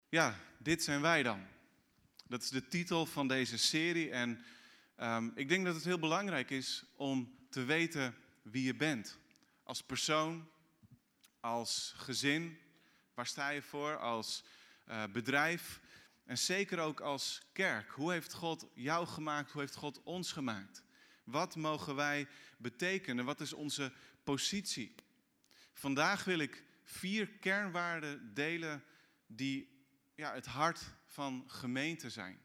Ja, dit zijn wij dan. Dat is de titel van deze serie en ik denk dat het heel belangrijk is om te weten wie je bent. Als persoon, als gezin, waar sta je voor, als bedrijf en zeker ook als kerk. Hoe heeft God jou gemaakt, hoe heeft God ons gemaakt? Wat mogen wij betekenen, wat is onze positie? Vandaag wil ik 4 kernwaarden delen die het hart van gemeente zijn.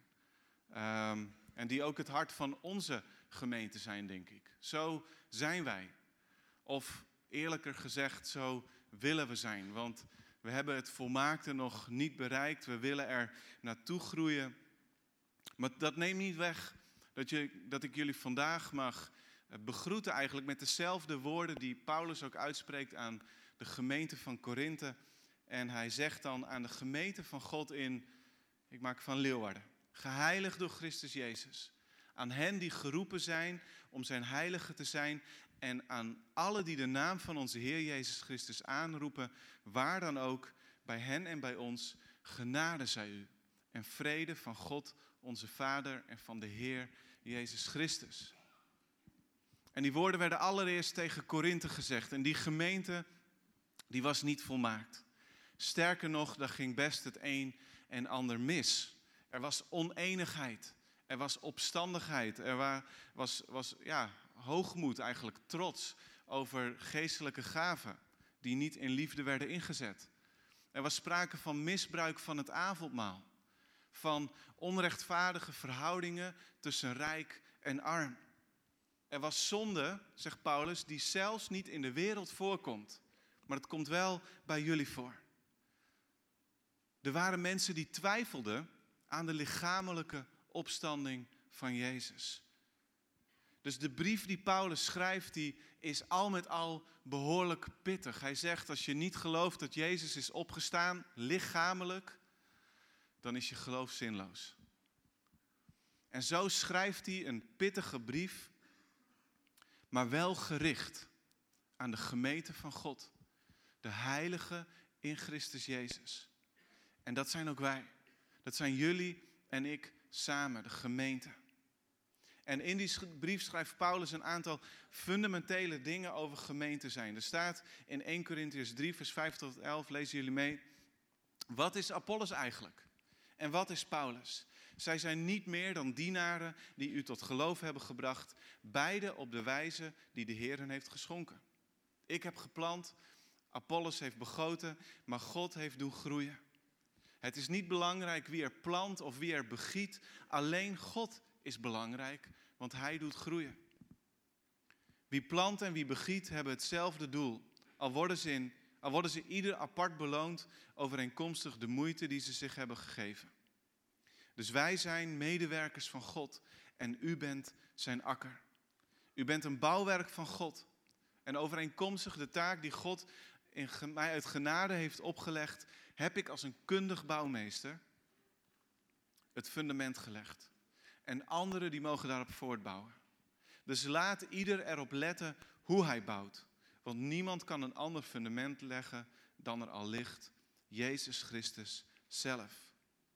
En die ook het hart van onze gemeente zijn, denk ik. Zo zijn wij. Of eerlijker gezegd, zo willen we zijn. Want we hebben het volmaakte nog niet bereikt. We willen er naartoe groeien. Maar dat neemt niet weg dat ik jullie vandaag mag begroeten eigenlijk met dezelfde woorden die Paulus ook uitspreekt aan de gemeente van Korinthe. En hij zegt dan aan de gemeente van God ik maak van Leeuwarden, geheiligd door Christus Jezus. Aan hen die geroepen zijn om zijn heilige te zijn en aan alle die de naam van onze Heer Jezus Christus aanroepen, waar dan ook, bij hen en bij ons, genade zij u. En vrede van God, onze Vader en van de Heer Jezus Christus. En die woorden werden allereerst tegen Korinthe gezegd. En die gemeente, die was niet volmaakt. Sterker nog, daar ging best het een en ander mis. Er was oneenigheid. Er was opstandigheid. Er was hoogmoed, eigenlijk trots over geestelijke gaven die niet in liefde werden ingezet. Er was sprake van misbruik van het avondmaal. Van onrechtvaardige verhoudingen tussen rijk en arm. Er was zonde, zegt Paulus, die zelfs niet in de wereld voorkomt. Maar het komt wel bij jullie voor. Er waren mensen die twijfelden aan de lichamelijke opstanding van Jezus. Dus de brief die Paulus schrijft, die is al met al behoorlijk pittig. Hij zegt, als je niet gelooft dat Jezus is opgestaan, lichamelijk, dan is je geloof zinloos. En zo schrijft hij een pittige brief, maar wel gericht aan de gemeente van God. De heilige in Christus Jezus. En dat zijn ook wij. Dat zijn jullie en ik samen, de gemeente. En in die brief schrijft Paulus een aantal fundamentele dingen over gemeente zijn. Er staat in 1 Korintiërs 3 vers 5 tot 11, lezen jullie mee. Wat is Apollos eigenlijk? En wat is Paulus? Zij zijn niet meer dan dienaren die u tot geloof hebben gebracht. Beide op de wijze die de Heer hen heeft geschonken. Ik heb geplant, Apollos heeft begoten, maar God heeft doen groeien. Het is niet belangrijk wie er plant of wie er begiet. Alleen God is belangrijk, want hij doet groeien. Wie plant en wie begiet hebben hetzelfde doel. Al worden ze ieder apart beloond overeenkomstig de moeite die ze zich hebben gegeven. Dus wij zijn medewerkers van God en u bent zijn akker. U bent een bouwwerk van God. En overeenkomstig de taak die God mij uit genade heeft opgelegd, heb ik als een kundig bouwmeester het fundament gelegd. En anderen die mogen daarop voortbouwen. Dus laat ieder erop letten hoe hij bouwt. Want niemand kan een ander fundament leggen dan er al ligt, Jezus Christus zelf.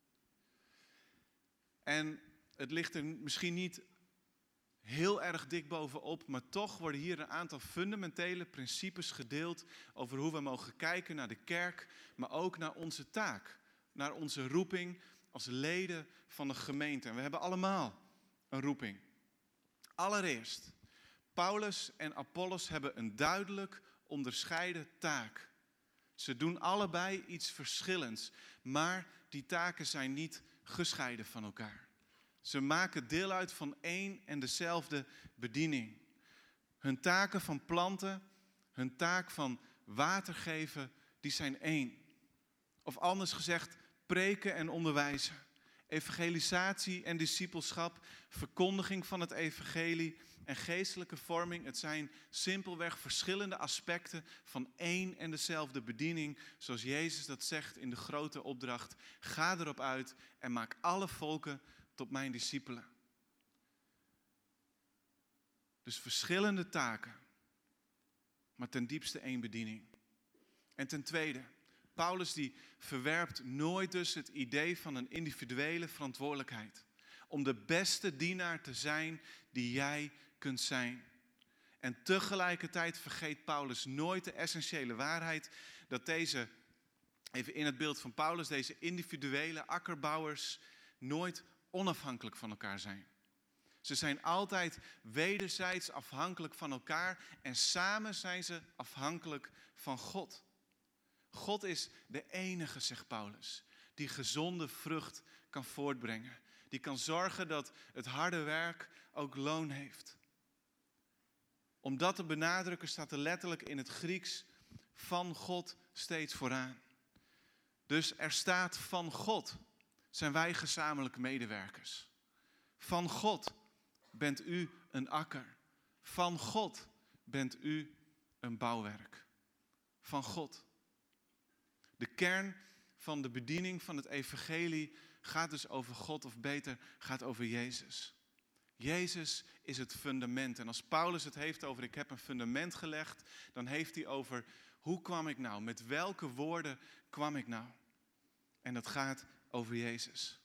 En het ligt er misschien niet heel erg dik bovenop, maar toch worden hier een aantal fundamentele principes gedeeld over hoe we mogen kijken naar de kerk, maar ook naar onze taak, naar onze roeping als leden van de gemeente. En we hebben allemaal een roeping. Allereerst, Paulus en Apollos hebben een duidelijk onderscheiden taak. Ze doen allebei iets verschillends, maar die taken zijn niet gescheiden van elkaar. Ze maken deel uit van één en dezelfde bediening. Hun taken van planten, hun taak van water geven, die zijn één. Of anders gezegd, preken en onderwijzen. Evangelisatie en discipelschap, verkondiging van het evangelie en geestelijke vorming. Het zijn simpelweg verschillende aspecten van één en dezelfde bediening. Zoals Jezus dat zegt in de grote opdracht. Ga erop uit en maak alle volken tot mijn discipelen. Dus verschillende taken, maar ten diepste één bediening. En ten tweede, Paulus die verwerpt nooit dus het idee van een individuele verantwoordelijkheid. Om de beste dienaar te zijn die jij kunt zijn. En tegelijkertijd vergeet Paulus nooit de essentiële waarheid dat deze, even in het beeld van Paulus, deze individuele akkerbouwers nooit onafhankelijk van elkaar zijn. Ze zijn altijd wederzijds afhankelijk van elkaar en samen zijn ze afhankelijk van God. God is de enige, zegt Paulus, die gezonde vrucht kan voortbrengen. Die kan zorgen dat het harde werk ook loon heeft. Om dat te benadrukken staat er letterlijk in het Grieks van God steeds vooraan. Dus er staat van God zijn wij gezamenlijk medewerkers. Van God bent u een akker. Van God bent u een bouwwerk. Van God. De kern van de bediening van het evangelie gaat dus over God, of beter, gaat over Jezus. Jezus is het fundament. En als Paulus het heeft over ik heb een fundament gelegd, dan heeft hij over hoe kwam ik nou? Met welke woorden kwam ik nou? En dat gaat over Jezus.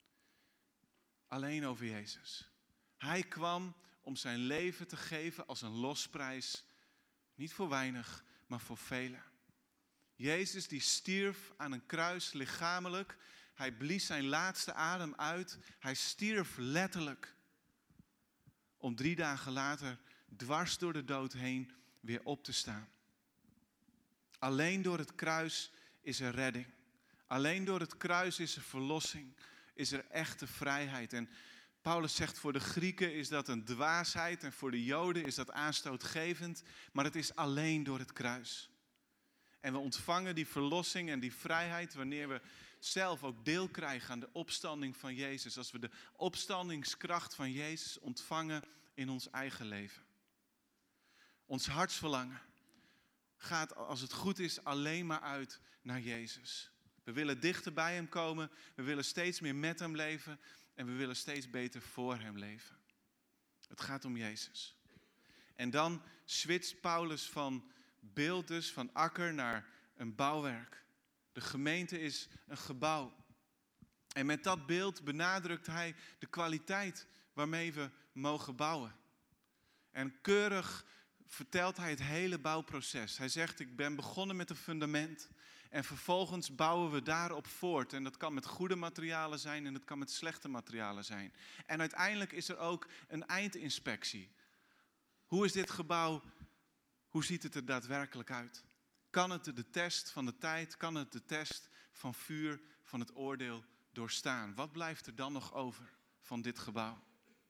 Alleen over Jezus. Hij kwam om zijn leven te geven als een losprijs. Niet voor weinig, maar voor velen. Jezus die stierf aan een kruis lichamelijk. Hij blies zijn laatste adem uit. Hij stierf letterlijk. Om 3 dagen later dwars door de dood heen weer op te staan. Alleen door het kruis is er redding. Alleen door het kruis is er verlossing. Is er echte vrijheid. En Paulus zegt voor de Grieken is dat een dwaasheid. En voor de Joden is dat aanstootgevend. Maar het is alleen door het kruis. En we ontvangen die verlossing en die vrijheid wanneer we zelf ook deel krijgen aan de opstanding van Jezus. Als we de opstandingskracht van Jezus ontvangen in ons eigen leven. Ons hartsverlangen gaat, als het goed is, alleen maar uit naar Jezus. We willen dichter bij hem komen. We willen steeds meer met hem leven. En we willen steeds beter voor hem leven. Het gaat om Jezus. En dan switcht Paulus van beeld dus, van akker naar een bouwwerk. De gemeente is een gebouw. En met dat beeld benadrukt hij de kwaliteit waarmee we mogen bouwen. En keurig vertelt hij het hele bouwproces. Hij zegt, ik ben begonnen met een fundament. En vervolgens bouwen we daarop voort. En dat kan met goede materialen zijn en dat kan met slechte materialen zijn. En uiteindelijk is er ook een eindinspectie. Hoe is dit gebouw, hoe ziet het er daadwerkelijk uit? Kan het de test van de tijd, kan het de test van vuur, van het oordeel doorstaan? Wat blijft er dan nog over van dit gebouw?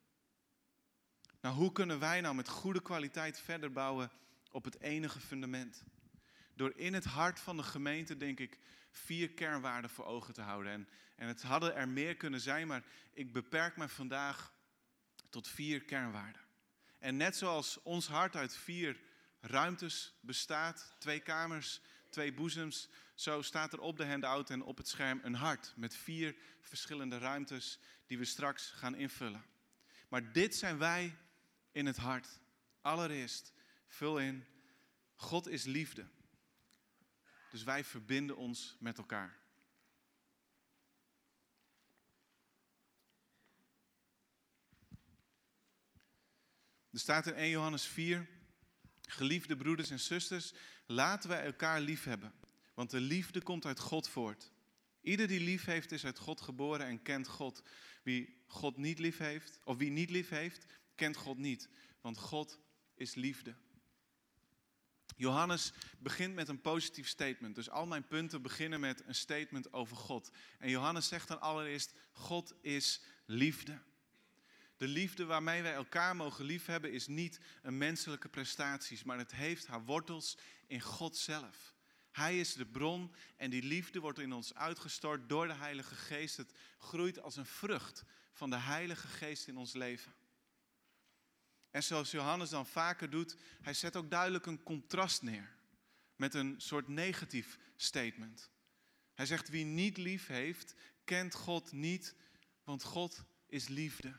Nou, hoe kunnen wij nou met goede kwaliteit verder bouwen op het enige fundament? Door in het hart van de gemeente, denk ik, 4 kernwaarden voor ogen te houden. En het hadden er meer kunnen zijn, maar ik beperk me vandaag tot 4 kernwaarden. En net zoals ons hart uit 4 ruimtes bestaat, 2 kamers, 2 boezems, zo staat er op de handout en op het scherm een hart met 4 verschillende ruimtes die we straks gaan invullen. Maar dit zijn wij in het hart. Allereerst, vul in, God is liefde. Dus wij verbinden ons met elkaar. Er staat in 1 Johannes 4, geliefde broeders en zusters, laten wij elkaar lief hebben. Want de liefde komt uit God voort. Ieder die lief heeft is uit God geboren en kent God. Wie God niet lief heeft, of wie niet lief heeft, kent God niet. Want God is liefde. Johannes begint met een positief statement. Dus al mijn punten beginnen met een statement over God. En Johannes zegt dan allereerst, God is liefde. De liefde waarmee wij elkaar mogen liefhebben is niet een menselijke prestatie, maar het heeft haar wortels in God zelf. Hij is de bron en die liefde wordt in ons uitgestort door de Heilige Geest. Het groeit als een vrucht van de Heilige Geest in ons leven. En zoals Johannes dan vaker doet, hij zet ook duidelijk een contrast neer. Met een soort negatief statement. Hij zegt, wie niet lief heeft, kent God niet, want God is liefde.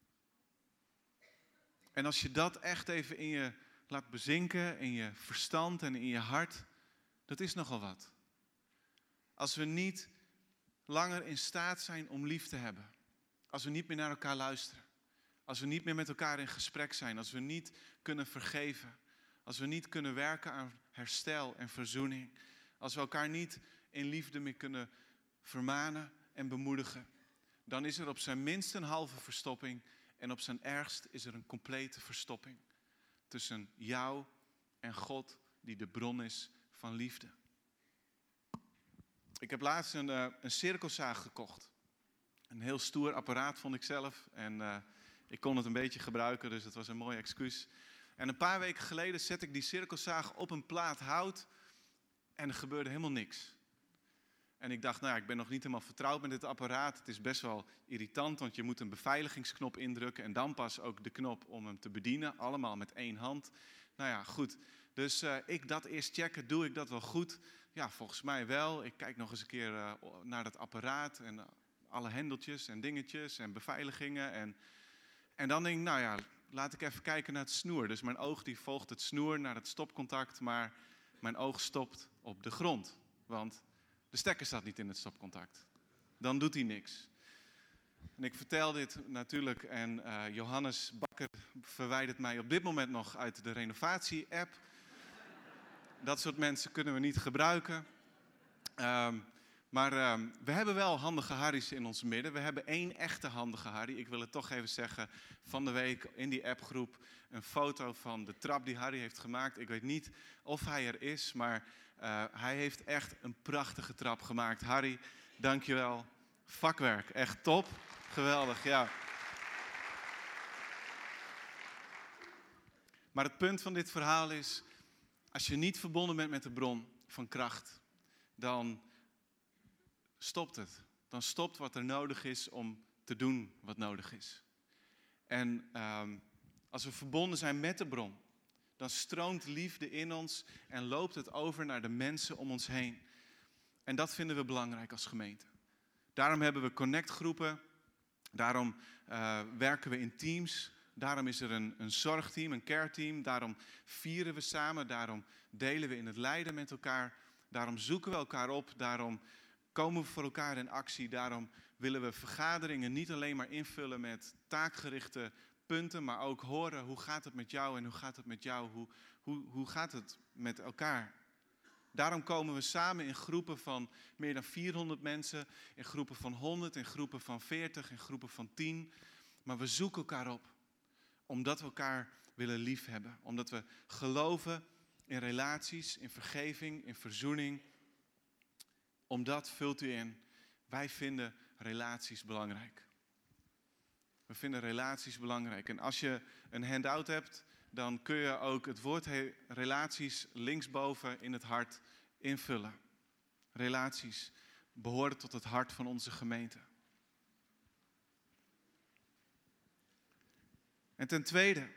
En als je dat echt even in je laat bezinken, in je verstand en in je hart, dat is nogal wat. Als we niet langer in staat zijn om lief te hebben. Als we niet meer naar elkaar luisteren. Als we niet meer met elkaar in gesprek zijn. Als we niet kunnen vergeven. Als we niet kunnen werken aan herstel en verzoening. Als we elkaar niet in liefde meer kunnen vermanen en bemoedigen. Dan is er op zijn minst een halve verstopping. En op zijn ergst is er een complete verstopping. Tussen jou en God die de bron is van liefde. Ik heb laatst een cirkelzaag gekocht. Een heel stoer apparaat vond ik zelf. En ik kon het een beetje gebruiken, dus het was een mooi excuus. En een paar weken geleden zette ik die cirkelzaag op een plaat hout. En er gebeurde helemaal niks. En ik dacht, ik ben nog niet helemaal vertrouwd met dit apparaat. Het is best wel irritant, want je moet een beveiligingsknop indrukken. En dan pas ook de knop om hem te bedienen. Allemaal met één hand. Goed. Dus ik dat eerst checken, doe ik dat wel goed? Ja, volgens mij wel. Ik kijk nog eens een keer naar dat apparaat en alle hendeltjes en dingetjes en beveiligingen. En dan denk ik, laat ik even kijken naar het snoer. Dus mijn oog die volgt het snoer naar het stopcontact, maar mijn oog stopt op de grond. Want de stekker staat niet in het stopcontact. Dan doet hij niks. En ik vertel dit natuurlijk en Johannes Bakker verwijdert mij op dit moment nog uit de renovatie-app. Dat soort mensen kunnen we niet gebruiken. Maar we hebben wel handige Harry's in ons midden. We hebben 1 echte handige Harry. Ik wil het toch even zeggen. Van de week in die appgroep een foto van de trap die Harry heeft gemaakt. Ik weet niet of hij er is, maar hij heeft echt een prachtige trap gemaakt. Harry, dankjewel. Vakwerk, echt top. Geweldig, ja. Maar het punt van dit verhaal is, als je niet verbonden bent met de bron van kracht, dan stopt het. Dan stopt wat er nodig is om te doen wat nodig is. En als we verbonden zijn met de bron, dan stroomt liefde in ons en loopt het over naar de mensen om ons heen. En dat vinden we belangrijk als gemeente. Daarom hebben we connectgroepen, daarom werken we in teams, daarom is er een zorgteam, een care-team, daarom vieren we samen, daarom delen we in het lijden met elkaar, daarom zoeken we elkaar op, daarom komen we voor elkaar in actie, daarom willen we vergaderingen niet alleen maar invullen met taakgerichte punten, maar ook horen hoe gaat het met jou en hoe gaat het met jou, hoe gaat het met elkaar. Daarom komen we samen in groepen van meer dan 400 mensen, in groepen van 100, in groepen van 40, in groepen van 10. Maar we zoeken elkaar op, omdat we elkaar willen liefhebben. Omdat we geloven in relaties, in vergeving, in verzoening. Omdat, vult u in, wij vinden relaties belangrijk. We vinden relaties belangrijk. En als je een handout hebt, dan kun je ook het woord relaties linksboven in het hart invullen. Relaties behoren tot het hart van onze gemeente. En ten tweede,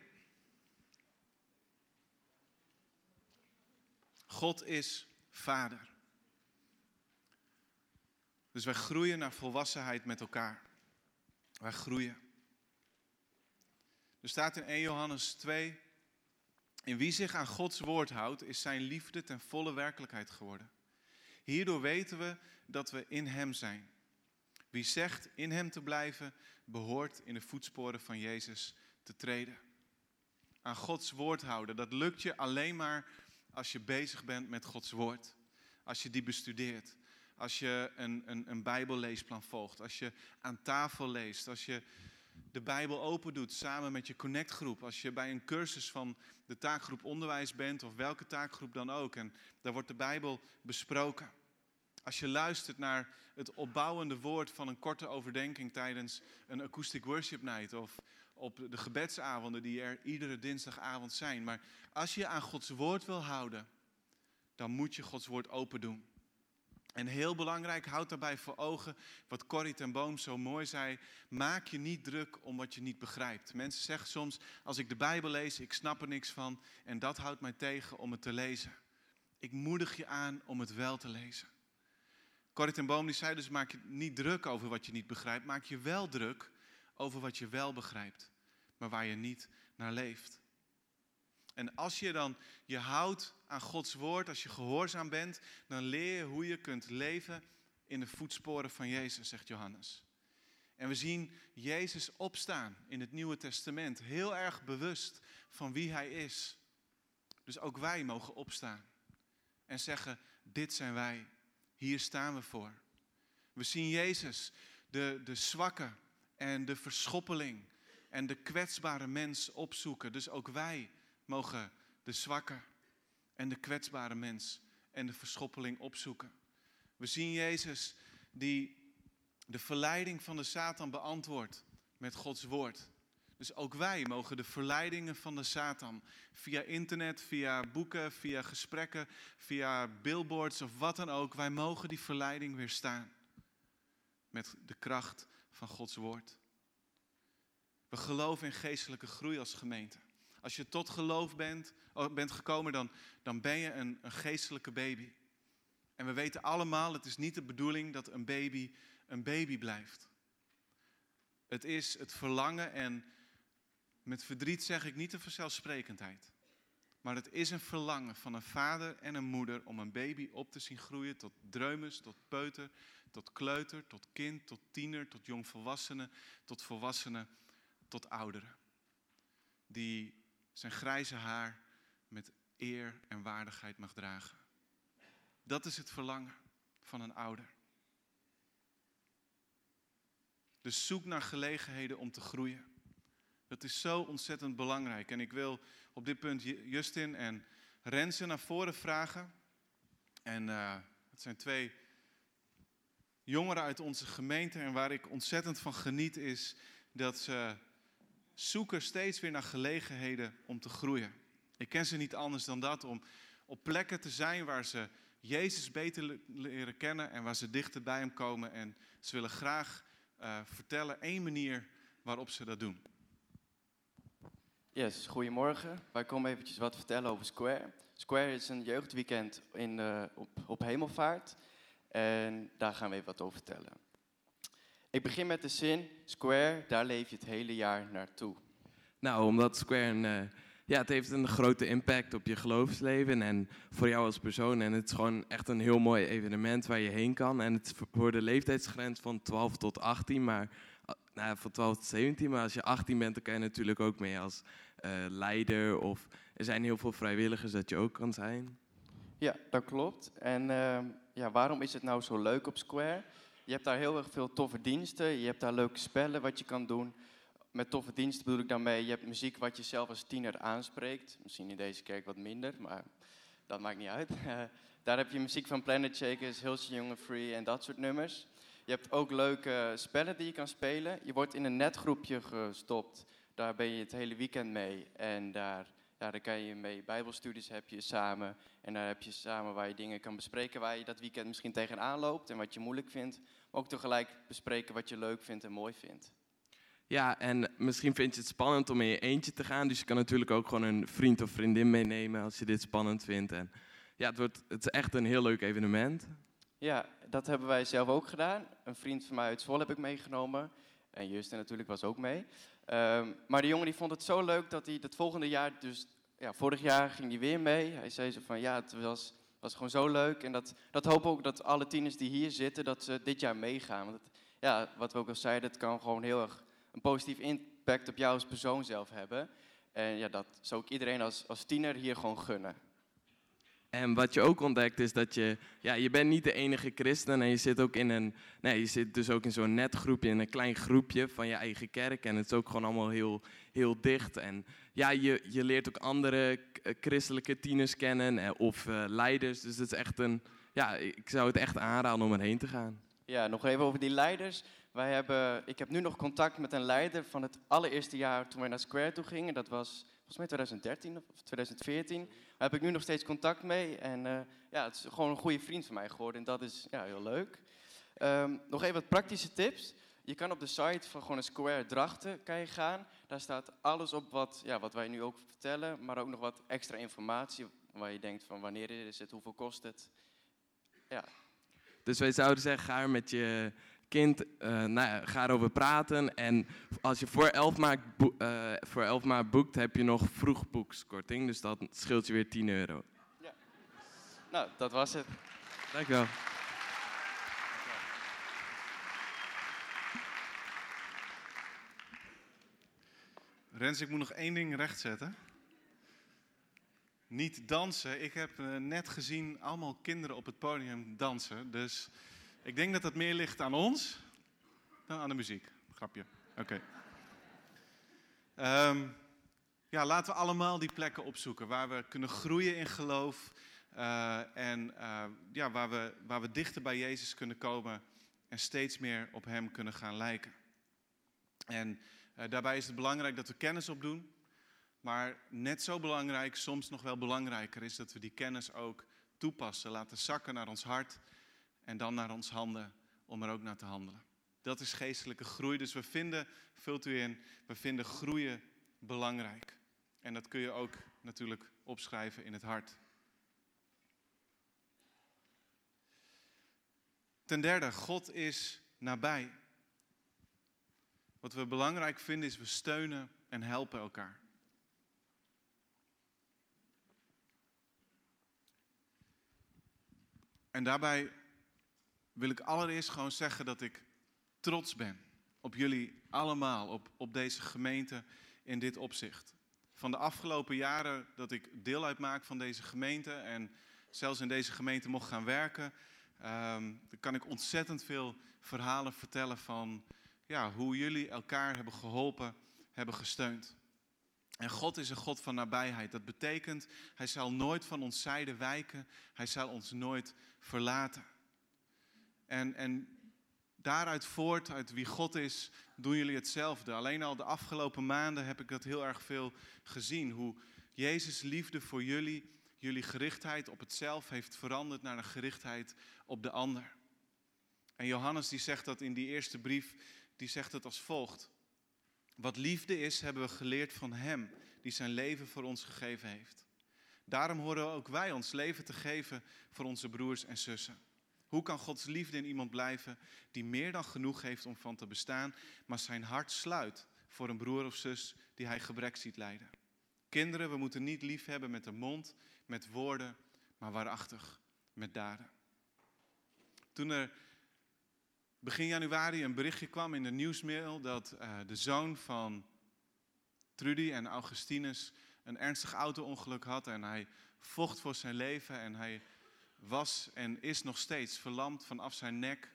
God is Vader. Dus wij groeien naar volwassenheid met elkaar. Wij groeien. Er staat in 1 Johannes 2... In wie zich aan Gods woord houdt, is zijn liefde ten volle werkelijkheid geworden. Hierdoor weten we dat we in hem zijn. Wie zegt in hem te blijven, behoort in de voetsporen van Jezus te treden. Aan Gods woord houden, dat lukt je alleen maar als je bezig bent met Gods woord. Als je die bestudeert. Als je een Bijbelleesplan volgt. Als je aan tafel leest. Als je de Bijbel open doet samen met je connectgroep. Als je bij een cursus van de taakgroep onderwijs bent of welke taakgroep dan ook. En daar wordt de Bijbel besproken. Als je luistert naar het opbouwende woord van een korte overdenking tijdens een acoustic worship night. Of op de gebedsavonden die er iedere dinsdagavond zijn. Maar als je aan Gods woord wil houden, dan moet je Gods woord open doen. En heel belangrijk, houd daarbij voor ogen wat Corrie ten Boom zo mooi zei. Maak je niet druk om wat je niet begrijpt. Mensen zeggen soms, als ik de Bijbel lees, ik snap er niks van. En dat houdt mij tegen om het te lezen. Ik moedig je aan om het wel te lezen. Corrie ten Boom die zei dus, maak je niet druk over wat je niet begrijpt. Maak je wel druk over wat je wel begrijpt. Maar waar je niet naar leeft. En als je dan je houdt aan Gods woord, als je gehoorzaam bent, dan leer je hoe je kunt leven in de voetsporen van Jezus, zegt Johannes. En we zien Jezus opstaan in het Nieuwe Testament, heel erg bewust van wie hij is. Dus ook wij mogen opstaan en zeggen, dit zijn wij, hier staan we voor. We zien Jezus, de zwakke en de verschoppeling en de kwetsbare mens opzoeken. Dus ook wij mogen de zwakke en de kwetsbare mens en de verschoppeling opzoeken. We zien Jezus die de verleiding van de Satan beantwoordt met Gods woord. Dus ook wij mogen de verleidingen van de Satan via internet, via boeken, via gesprekken, via billboards of wat dan ook. Wij mogen die verleiding weerstaan met de kracht van Gods woord. We geloven in geestelijke groei als gemeente. Als je tot geloof bent gekomen, dan ben je een geestelijke baby. En we weten allemaal, het is niet de bedoeling dat een baby blijft. Het is het verlangen en met verdriet zeg ik niet de vanzelfsprekendheid. Maar het is een verlangen van een vader en een moeder om een baby op te zien groeien tot dreumes, tot peuter, tot kleuter, tot kind, tot tiener, tot jongvolwassene, tot volwassene, tot ouderen. Die zijn grijze haar met eer en waardigheid mag dragen. Dat is het verlangen van een ouder. Dus zoek naar gelegenheden om te groeien. Dat is zo ontzettend belangrijk. En ik wil op dit punt Justin en Renze naar voren vragen. En het zijn 2 jongeren uit onze gemeente. En waar ik ontzettend van geniet is dat ze zoeken steeds weer naar gelegenheden om te groeien. Ik ken ze niet anders dan dat, om op plekken te zijn waar ze Jezus beter leren kennen en waar ze dichter bij hem komen. En ze willen graag vertellen 1 manier waarop ze dat doen. Yes, goedemorgen. Wij komen eventjes wat vertellen over Square. Square is een jeugdweekend op Hemelvaart. En daar gaan we even wat over vertellen. Ik begin met de zin, Square, daar leef je het hele jaar naartoe. Nou, omdat Square het heeft een grote impact op je geloofsleven en voor jou als persoon. En het is gewoon echt een heel mooi evenement waar je heen kan. En het is voor de leeftijdsgrens van 12 tot 18, maar van 12 tot 17. Maar als je 18 bent, dan kan je natuurlijk ook mee als leider. Of er zijn heel veel vrijwilligers dat je ook kan zijn. Ja, dat klopt. En waarom is het nou zo leuk op Square? Je hebt daar heel erg veel toffe diensten. Je hebt daar leuke spellen wat je kan doen. Met toffe diensten bedoel ik daarmee, je hebt muziek wat je zelf als tiener aanspreekt. Misschien in deze kerk wat minder, maar dat maakt niet uit. Daar heb je muziek van Planet Shakers, Hills Young and Free en dat soort nummers. Je hebt ook leuke spellen die je kan spelen. Je wordt in een netgroepje gestopt. Daar ben je het hele weekend mee. En daar kan je mee bijbelstudies heb je samen. En daar heb je samen waar je dingen kan bespreken waar je dat weekend misschien tegenaan loopt en wat je moeilijk vindt. Maar ook tegelijk bespreken wat je leuk vindt en mooi vindt. Ja, en misschien vind je het spannend om in je eentje te gaan. Dus je kan natuurlijk ook gewoon een vriend of vriendin meenemen als je dit spannend vindt. En ja, het is echt een heel leuk evenement. Ja, dat hebben wij zelf ook gedaan. Een vriend van mij uit Zwolle heb ik meegenomen. En Justin natuurlijk was ook mee. Maar de jongen die vond het zo leuk dat hij het volgende jaar, dus vorig jaar ging hij weer mee. Hij zei zo van het was gewoon zo leuk. En dat hoop ook dat alle tieners die hier zitten, dat ze dit jaar meegaan. Want wat we ook al zeiden, het kan gewoon heel erg een positief impact op jou als persoon zelf hebben. En dat zou ik iedereen als tiener hier gewoon gunnen. En wat je ook ontdekt is dat je bent niet de enige christen en je zit ook je zit dus ook in zo'n netgroepje, in een klein groepje van je eigen kerk. En het is ook gewoon allemaal heel, heel dicht. En je leert ook andere christelijke tieners kennen of leiders. Dus het is echt ik zou het echt aanraden om erheen te gaan. Ja, nog even over die leiders. Ik heb nu nog contact met een leider van het allereerste jaar toen wij naar Square toe gingen. Dat was volgens mij 2013 of 2014. Daar heb ik nu nog steeds contact mee. En het is gewoon een goede vriend van mij geworden. En dat is heel leuk. Nog even wat praktische tips. Je kan op de site van gewoon een Square Drachten kan je gaan. Daar staat alles op wat wij nu ook vertellen. Maar ook nog wat extra informatie. Waar je denkt van wanneer is het, hoeveel kost het. Ja. Dus wij zouden zeggen, ga er met je kind, ga erover praten. En als je voor 11 maart boekt, heb je nog vroegboekskorting. Dus dat scheelt je weer €10. Ja. Nou, dat was het. Dankjewel. Rens, ik moet nog één ding rechtzetten. Niet dansen. Ik heb net gezien allemaal kinderen op het podium dansen. Dus ik denk dat het meer ligt aan ons dan aan de muziek. Grapje. Oké. Ja, laten we allemaal die plekken opzoeken waar we kunnen groeien in geloof. Ja, waar we dichter bij Jezus kunnen komen en steeds meer op Hem kunnen gaan lijken. En daarbij is het belangrijk dat we kennis opdoen. Maar net zo belangrijk, soms nog wel belangrijker, is dat we die kennis ook toepassen. Laten zakken naar ons hart en dan naar ons handen om er ook naar te handelen. Dat is geestelijke groei. Dus we vinden, vult u in, we vinden groeien belangrijk. En dat kun je ook natuurlijk opschrijven in het hart. Ten derde, God is nabij. Wat we belangrijk vinden is we steunen en helpen elkaar. En daarbij wil ik allereerst gewoon zeggen dat ik trots ben op jullie allemaal, op deze gemeente in dit opzicht. Van de afgelopen jaren dat ik deel uitmaak van deze gemeente en zelfs in deze gemeente mocht gaan werken, dan kan ik ontzettend veel verhalen vertellen van hoe jullie elkaar hebben geholpen, hebben gesteund. En God is een God van nabijheid. Dat betekent, Hij zal nooit van ons zijde wijken. Hij zal ons nooit verlaten. En daaruit voort, uit wie God is, doen jullie hetzelfde. Alleen al de afgelopen maanden heb ik dat heel erg veel gezien. Hoe Jezus' liefde voor jullie, jullie gerichtheid op het zelf heeft veranderd naar een gerichtheid op de ander. En Johannes die zegt dat in die eerste brief, die zegt het als volgt. Wat liefde is, hebben we geleerd van Hem, die zijn leven voor ons gegeven heeft. Daarom horen ook wij ons leven te geven voor onze broers en zussen. Hoe kan Gods liefde in iemand blijven die meer dan genoeg heeft om van te bestaan, maar zijn hart sluit voor een broer of zus die hij gebrek ziet lijden? Kinderen, we moeten niet lief hebben met de mond, met woorden, maar waarachtig met daden. Toen er begin januari een berichtje kwam in de nieuwsmail dat de zoon van Trudy en Augustinus een ernstig auto-ongeluk had en hij vocht voor zijn leven en hij was en is nog steeds verlamd vanaf zijn nek.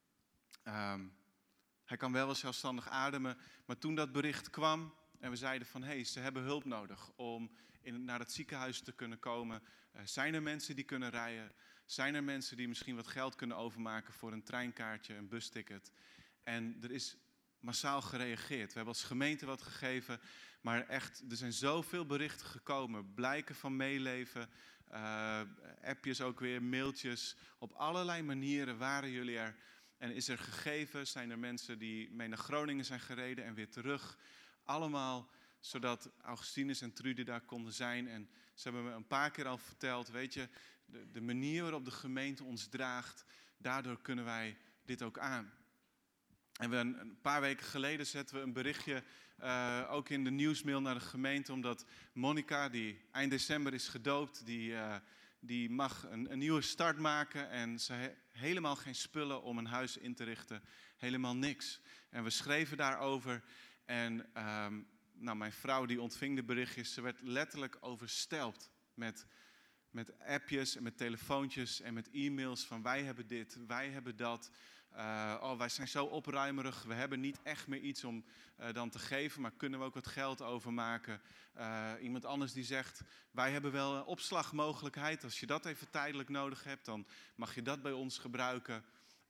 Hij kan wel zelfstandig ademen, maar toen dat bericht kwam en we zeiden van ze hebben hulp nodig om naar het ziekenhuis te kunnen komen. Zijn er mensen die kunnen rijden? Zijn er mensen die misschien wat geld kunnen overmaken voor een treinkaartje, een busticket? En er is massaal gereageerd. We hebben als gemeente wat gegeven, maar echt, er zijn zoveel berichten gekomen. Blijken van meeleven, appjes ook weer, mailtjes. Op allerlei manieren waren jullie er. En is er gegeven, zijn er mensen die mee naar Groningen zijn gereden en weer terug. Allemaal zodat Augustinus en Trudy daar konden zijn. En ze hebben me een paar keer al verteld, weet je, de manier waarop de gemeente ons draagt, daardoor kunnen wij dit ook aan. En een paar weken geleden zetten we een berichtje ook in de nieuwsmail naar de gemeente, omdat Monica, die eind december is gedoopt, die mag een nieuwe start maken en ze heeft helemaal geen spullen om een huis in te richten, helemaal niks. En we schreven daarover en mijn vrouw die ontving de berichtjes, ze werd letterlijk overstelpt met appjes en met telefoontjes en met e-mails van wij hebben dit, wij hebben dat. Wij zijn zo opruimerig, we hebben niet echt meer iets om dan te geven, maar kunnen we ook wat geld overmaken. Iemand anders die zegt, wij hebben wel een opslagmogelijkheid. Als je dat even tijdelijk nodig hebt, dan mag je dat bij ons gebruiken.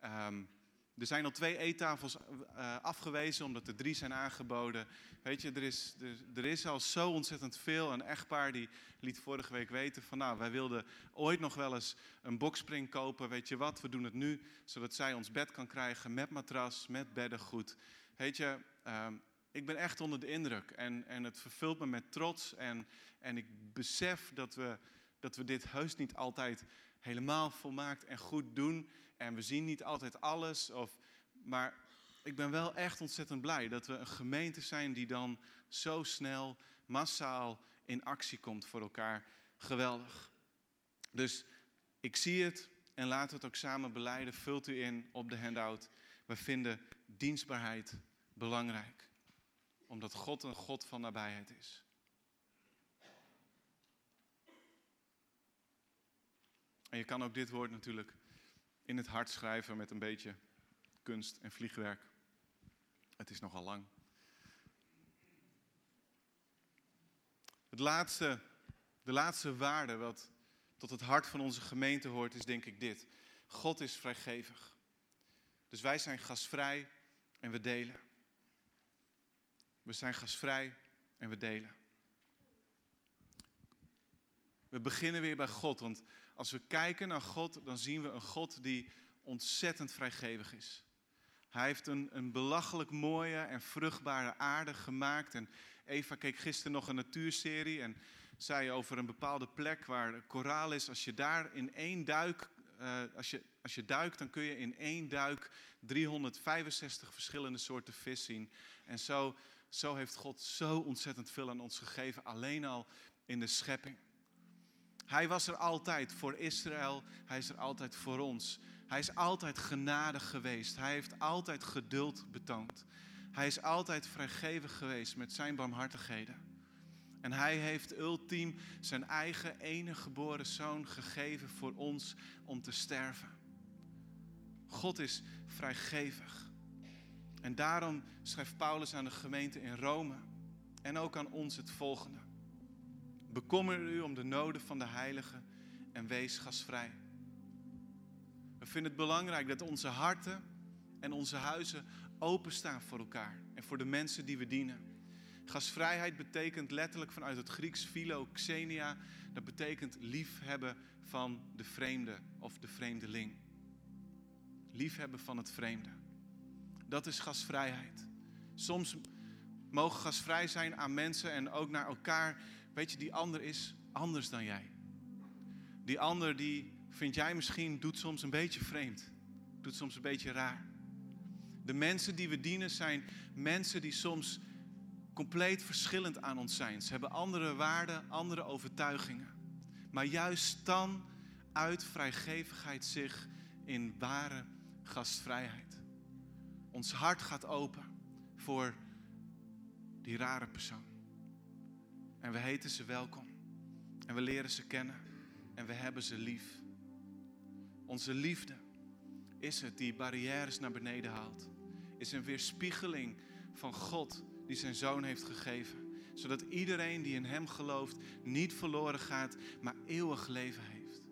Er zijn al 2 eettafels afgewezen, omdat er 3 zijn aangeboden. Weet je, er is al zo ontzettend veel. Een echtpaar die liet vorige week weten van, wij wilden ooit nog wel eens een boxspring kopen. Weet je wat, we doen het nu, zodat zij ons bed kan krijgen met matras, met beddengoed. Weet je, ik ben echt onder de indruk en het vervult me met trots. En ik besef dat we dit heus niet altijd helemaal volmaakt en goed doen. En we zien niet altijd alles, Maar ik ben wel echt ontzettend blij dat we een gemeente zijn die dan zo snel, massaal in actie komt voor elkaar. Geweldig. Dus ik zie het en laten we het ook samen belijden. Vult u in op de handout. We vinden dienstbaarheid belangrijk. Omdat God een God van nabijheid is. En je kan ook dit woord natuurlijk in het hart schrijven met een beetje kunst en vliegwerk. Het is nogal lang. De laatste waarde wat tot het hart van onze gemeente hoort is denk ik dit. God is vrijgevig. Dus wij zijn gastvrij en we delen. We zijn gastvrij en we delen. We beginnen weer bij God, want als we kijken naar God, dan zien we een God die ontzettend vrijgevig is. Hij heeft een belachelijk mooie en vruchtbare aarde gemaakt. En Eva keek gisteren nog een natuurserie en zei over een bepaalde plek waar koraal is. Als je daar in één duik, als je duikt, dan kun je in één duik 365 verschillende soorten vis zien. En zo heeft God zo ontzettend veel aan ons gegeven, alleen al in de schepping. Hij was er altijd voor Israël, hij is er altijd voor ons. Hij is altijd genadig geweest, hij heeft altijd geduld betoond. Hij is altijd vrijgevig geweest met zijn barmhartigheden. En hij heeft ultiem zijn eigen enige geboren zoon gegeven voor ons om te sterven. God is vrijgevig. En daarom schrijft Paulus aan de gemeente in Rome en ook aan ons het volgende. Bekommer u om de noden van de heiligen en wees gastvrij. We vinden het belangrijk dat onze harten en onze huizen openstaan voor elkaar en voor de mensen die we dienen. Gastvrijheid betekent letterlijk vanuit het Grieks philoxenia. Dat betekent liefhebben van de vreemde of de vreemdeling. Liefhebben van het vreemde. Dat is gastvrijheid. Soms mogen gastvrij zijn aan mensen en ook naar elkaar. Weet je, die ander is anders dan jij. Die ander die vind jij misschien doet soms een beetje vreemd. Doet soms een beetje raar. De mensen die we dienen zijn mensen die soms compleet verschillend aan ons zijn. Ze hebben andere waarden, andere overtuigingen. Maar juist dan uit vrijgevigheid zich in ware gastvrijheid. Ons hart gaat open voor die rare persoon. En we heten ze welkom. En we leren ze kennen. En we hebben ze lief. Onze liefde is het die barrières naar beneden haalt. Is een weerspiegeling van God die zijn zoon heeft gegeven. Zodat iedereen die in hem gelooft niet verloren gaat, maar eeuwig leven heeft.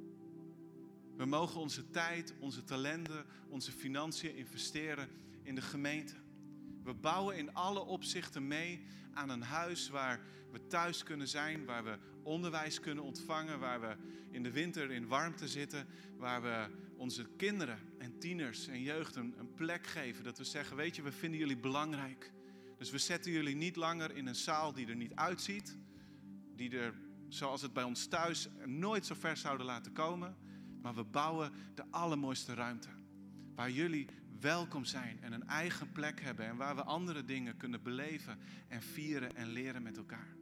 We mogen onze tijd, onze talenten, onze financiën investeren in de gemeente. We bouwen in alle opzichten mee aan een huis waar we thuis kunnen zijn, waar we onderwijs kunnen ontvangen, waar we in de winter in warmte zitten, waar we onze kinderen en tieners en jeugd een plek geven. Dat we zeggen, weet je, we vinden jullie belangrijk. Dus we zetten jullie niet langer in een zaal die er niet uitziet, die er, zoals het bij ons thuis, nooit zo ver zouden laten komen. Maar we bouwen de allermooiste ruimte, waar jullie welkom zijn en een eigen plek hebben en waar we andere dingen kunnen beleven en vieren en leren met elkaar.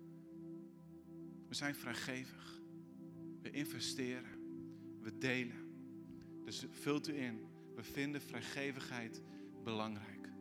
We zijn vrijgevig. We investeren. We delen. Dus vult u in. We vinden vrijgevigheid belangrijk.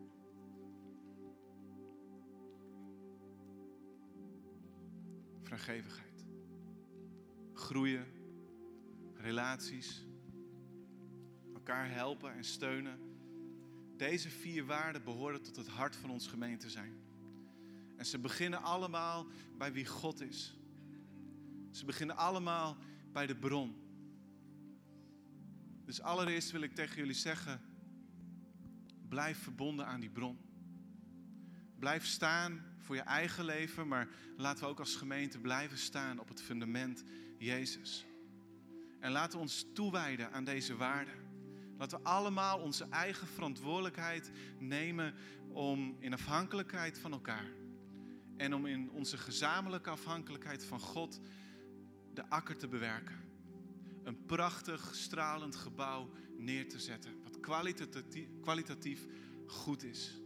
Vrijgevigheid. Groeien. Relaties. Elkaar helpen en steunen. Deze 4 waarden behoren tot het hart van ons gemeente zijn. En ze beginnen allemaal bij wie God is. Ze beginnen allemaal bij de bron. Dus allereerst wil ik tegen jullie zeggen, blijf verbonden aan die bron. Blijf staan voor je eigen leven, maar laten we ook als gemeente blijven staan op het fundament Jezus. En laten we ons toewijden aan deze waarden. Laten we allemaal onze eigen verantwoordelijkheid nemen om in afhankelijkheid van elkaar en om in onze gezamenlijke afhankelijkheid van God de akker te bewerken. Een prachtig, stralend gebouw neer te zetten, wat kwalitatief goed is.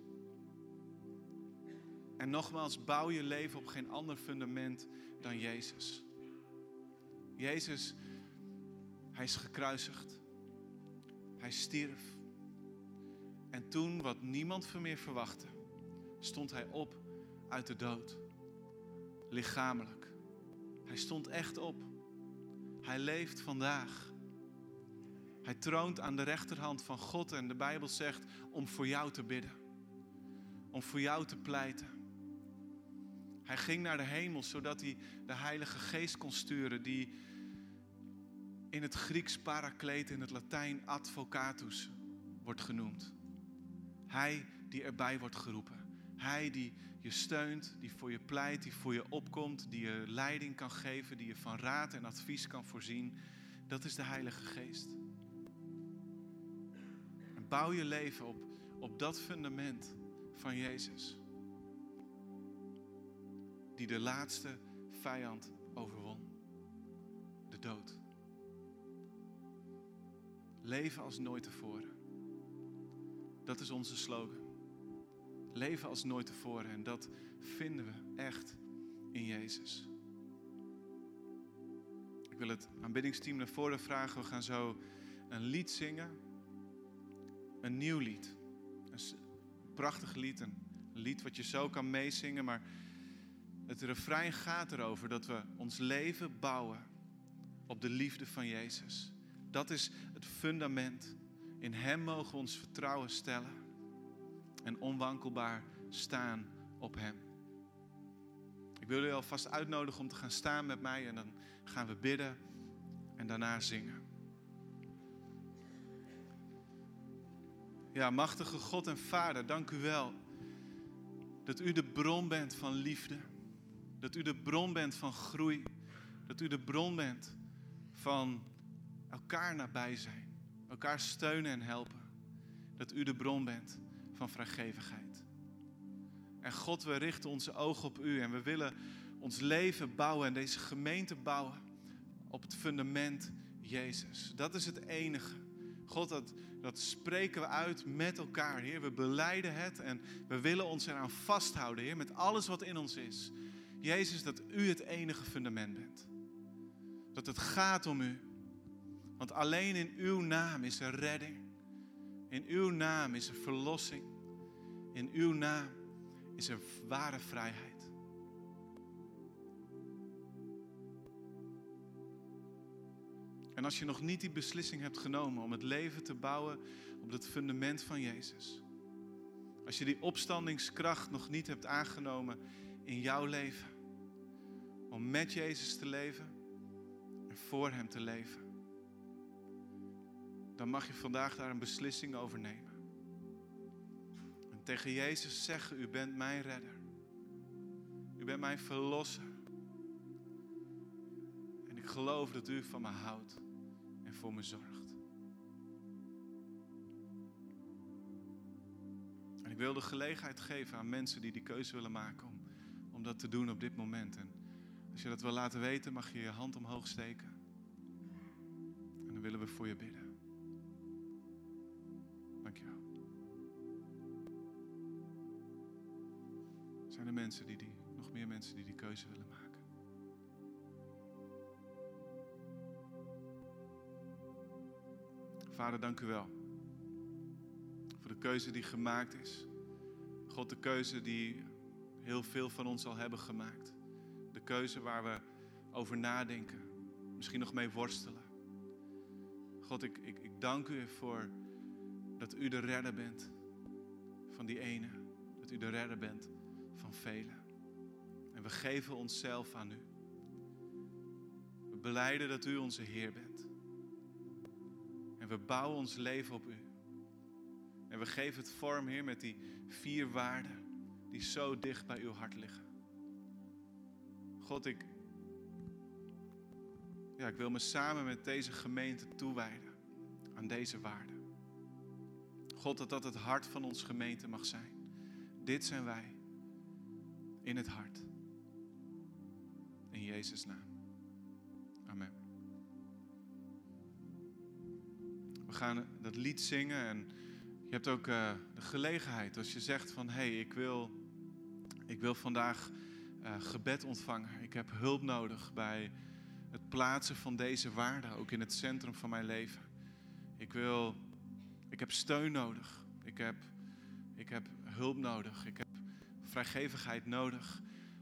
En nogmaals, bouw je leven op geen ander fundament dan Jezus. Jezus, hij is gekruisigd. Hij stierf. En toen, wat niemand van meer verwachtte, stond hij op uit de dood. Lichamelijk. Hij stond echt op. Hij leeft vandaag. Hij troont aan de rechterhand van God en de Bijbel zegt om voor jou te bidden. Om voor jou te pleiten. Hij ging naar de hemel zodat hij de Heilige Geest kon sturen die in het Grieks parakleet, in het Latijn advocatus wordt genoemd. Hij die erbij wordt geroepen. Hij die je steunt, die voor je pleit, die voor je opkomt, die je leiding kan geven, die je van raad en advies kan voorzien. Dat is de Heilige Geest. En bouw je leven op dat fundament van Jezus. Die de laatste vijand overwon. De dood. Leven als nooit tevoren. Dat is onze slogan. Leven als nooit tevoren. En dat vinden we echt in Jezus. Ik wil het aanbiddingsteam naar voren vragen. We gaan zo een lied zingen. Een nieuw lied. Een prachtig lied. Een lied wat je zo kan meezingen. Maar het refrein gaat erover dat we ons leven bouwen op de liefde van Jezus. Dat is het fundament. In Hem mogen we ons vertrouwen stellen. En onwankelbaar staan op Hem. Ik wil jullie alvast uitnodigen om te gaan staan met mij. En dan gaan we bidden en daarna zingen. Ja, machtige God en Vader, dank u wel. Dat u de bron bent van liefde. Dat u de bron bent van groei. Dat u de bron bent van elkaar nabij zijn. Elkaar steunen en helpen. Dat u de bron bent van vrijgevigheid. En God, we richten onze ogen op u. En we willen ons leven bouwen en deze gemeente bouwen op het fundament Jezus. Dat is het enige. God, dat spreken we uit met elkaar, Heer. We belijden het en we willen ons eraan vasthouden, Heer, met alles wat in ons is. Jezus, dat u het enige fundament bent. Dat het gaat om u. Want alleen in uw naam is er redding. In uw naam is er verlossing. In uw naam is er ware vrijheid. En als je nog niet die beslissing hebt genomen om het leven te bouwen op het fundament van Jezus. Als je die opstandingskracht nog niet hebt aangenomen in jouw leven. Om met Jezus te leven en voor Hem te leven. Dan mag je vandaag daar een beslissing over nemen. En tegen Jezus zeggen, u bent mijn redder. U bent mijn verlosser. En ik geloof dat u van me houdt en voor me zorgt. En ik wil de gelegenheid geven aan mensen die die keuze willen maken om dat te doen op dit moment. En als je dat wil laten weten, mag je je hand omhoog steken. En dan willen we voor je bidden. Dankjewel. Zijn er mensen nog meer mensen die die keuze willen maken? Vader, dank u wel. Voor de keuze die gemaakt is. God, de keuze die heel veel van ons al hebben gemaakt. De keuze waar we over nadenken. Misschien nog mee worstelen. God, ik dank u ervoor dat u de redder bent van die ene. Dat u de redder bent van velen. En we geven onszelf aan u. We belijden dat u onze Heer bent. En we bouwen ons leven op u. En we geven het vorm, Heer, met die 4 waarden die zo dicht bij uw hart liggen. God, ik wil me samen met deze gemeente toewijden aan deze waarden. God, dat dat het hart van onze gemeente mag zijn. Dit zijn wij in het hart. In Jezus' naam. Amen. We gaan dat lied zingen en je hebt ook de gelegenheid als je zegt van hey, ik wil vandaag gebed ontvangen. Ik heb hulp nodig bij het plaatsen van deze waarden ook in het centrum van mijn leven. Ik heb steun nodig. Ik heb hulp nodig. Ik heb vrijgevigheid nodig.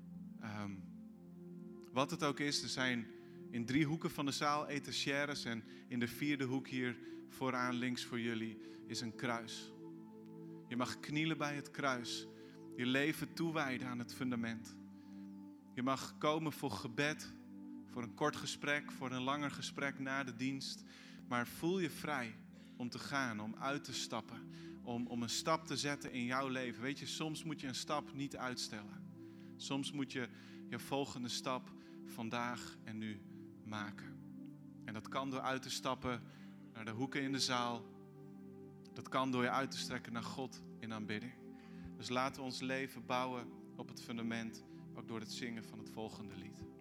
Wat het ook is, er zijn in 3 hoeken van de zaal etagères en in de 4e hoek hier vooraan links voor jullie is een kruis. Je mag knielen bij het kruis. Je leven toewijden aan het fundament. Je mag komen voor gebed, voor een kort gesprek, voor een langer gesprek na de dienst. Maar voel je vrij om te gaan, om uit te stappen, om een stap te zetten in jouw leven. Weet je, soms moet je een stap niet uitstellen. Soms moet je je volgende stap vandaag en nu maken. En dat kan door uit te stappen naar de hoeken in de zaal. Dat kan door je uit te strekken naar God in aanbidding. Dus laten we ons leven bouwen op het fundament, ook door het zingen van het volgende lied.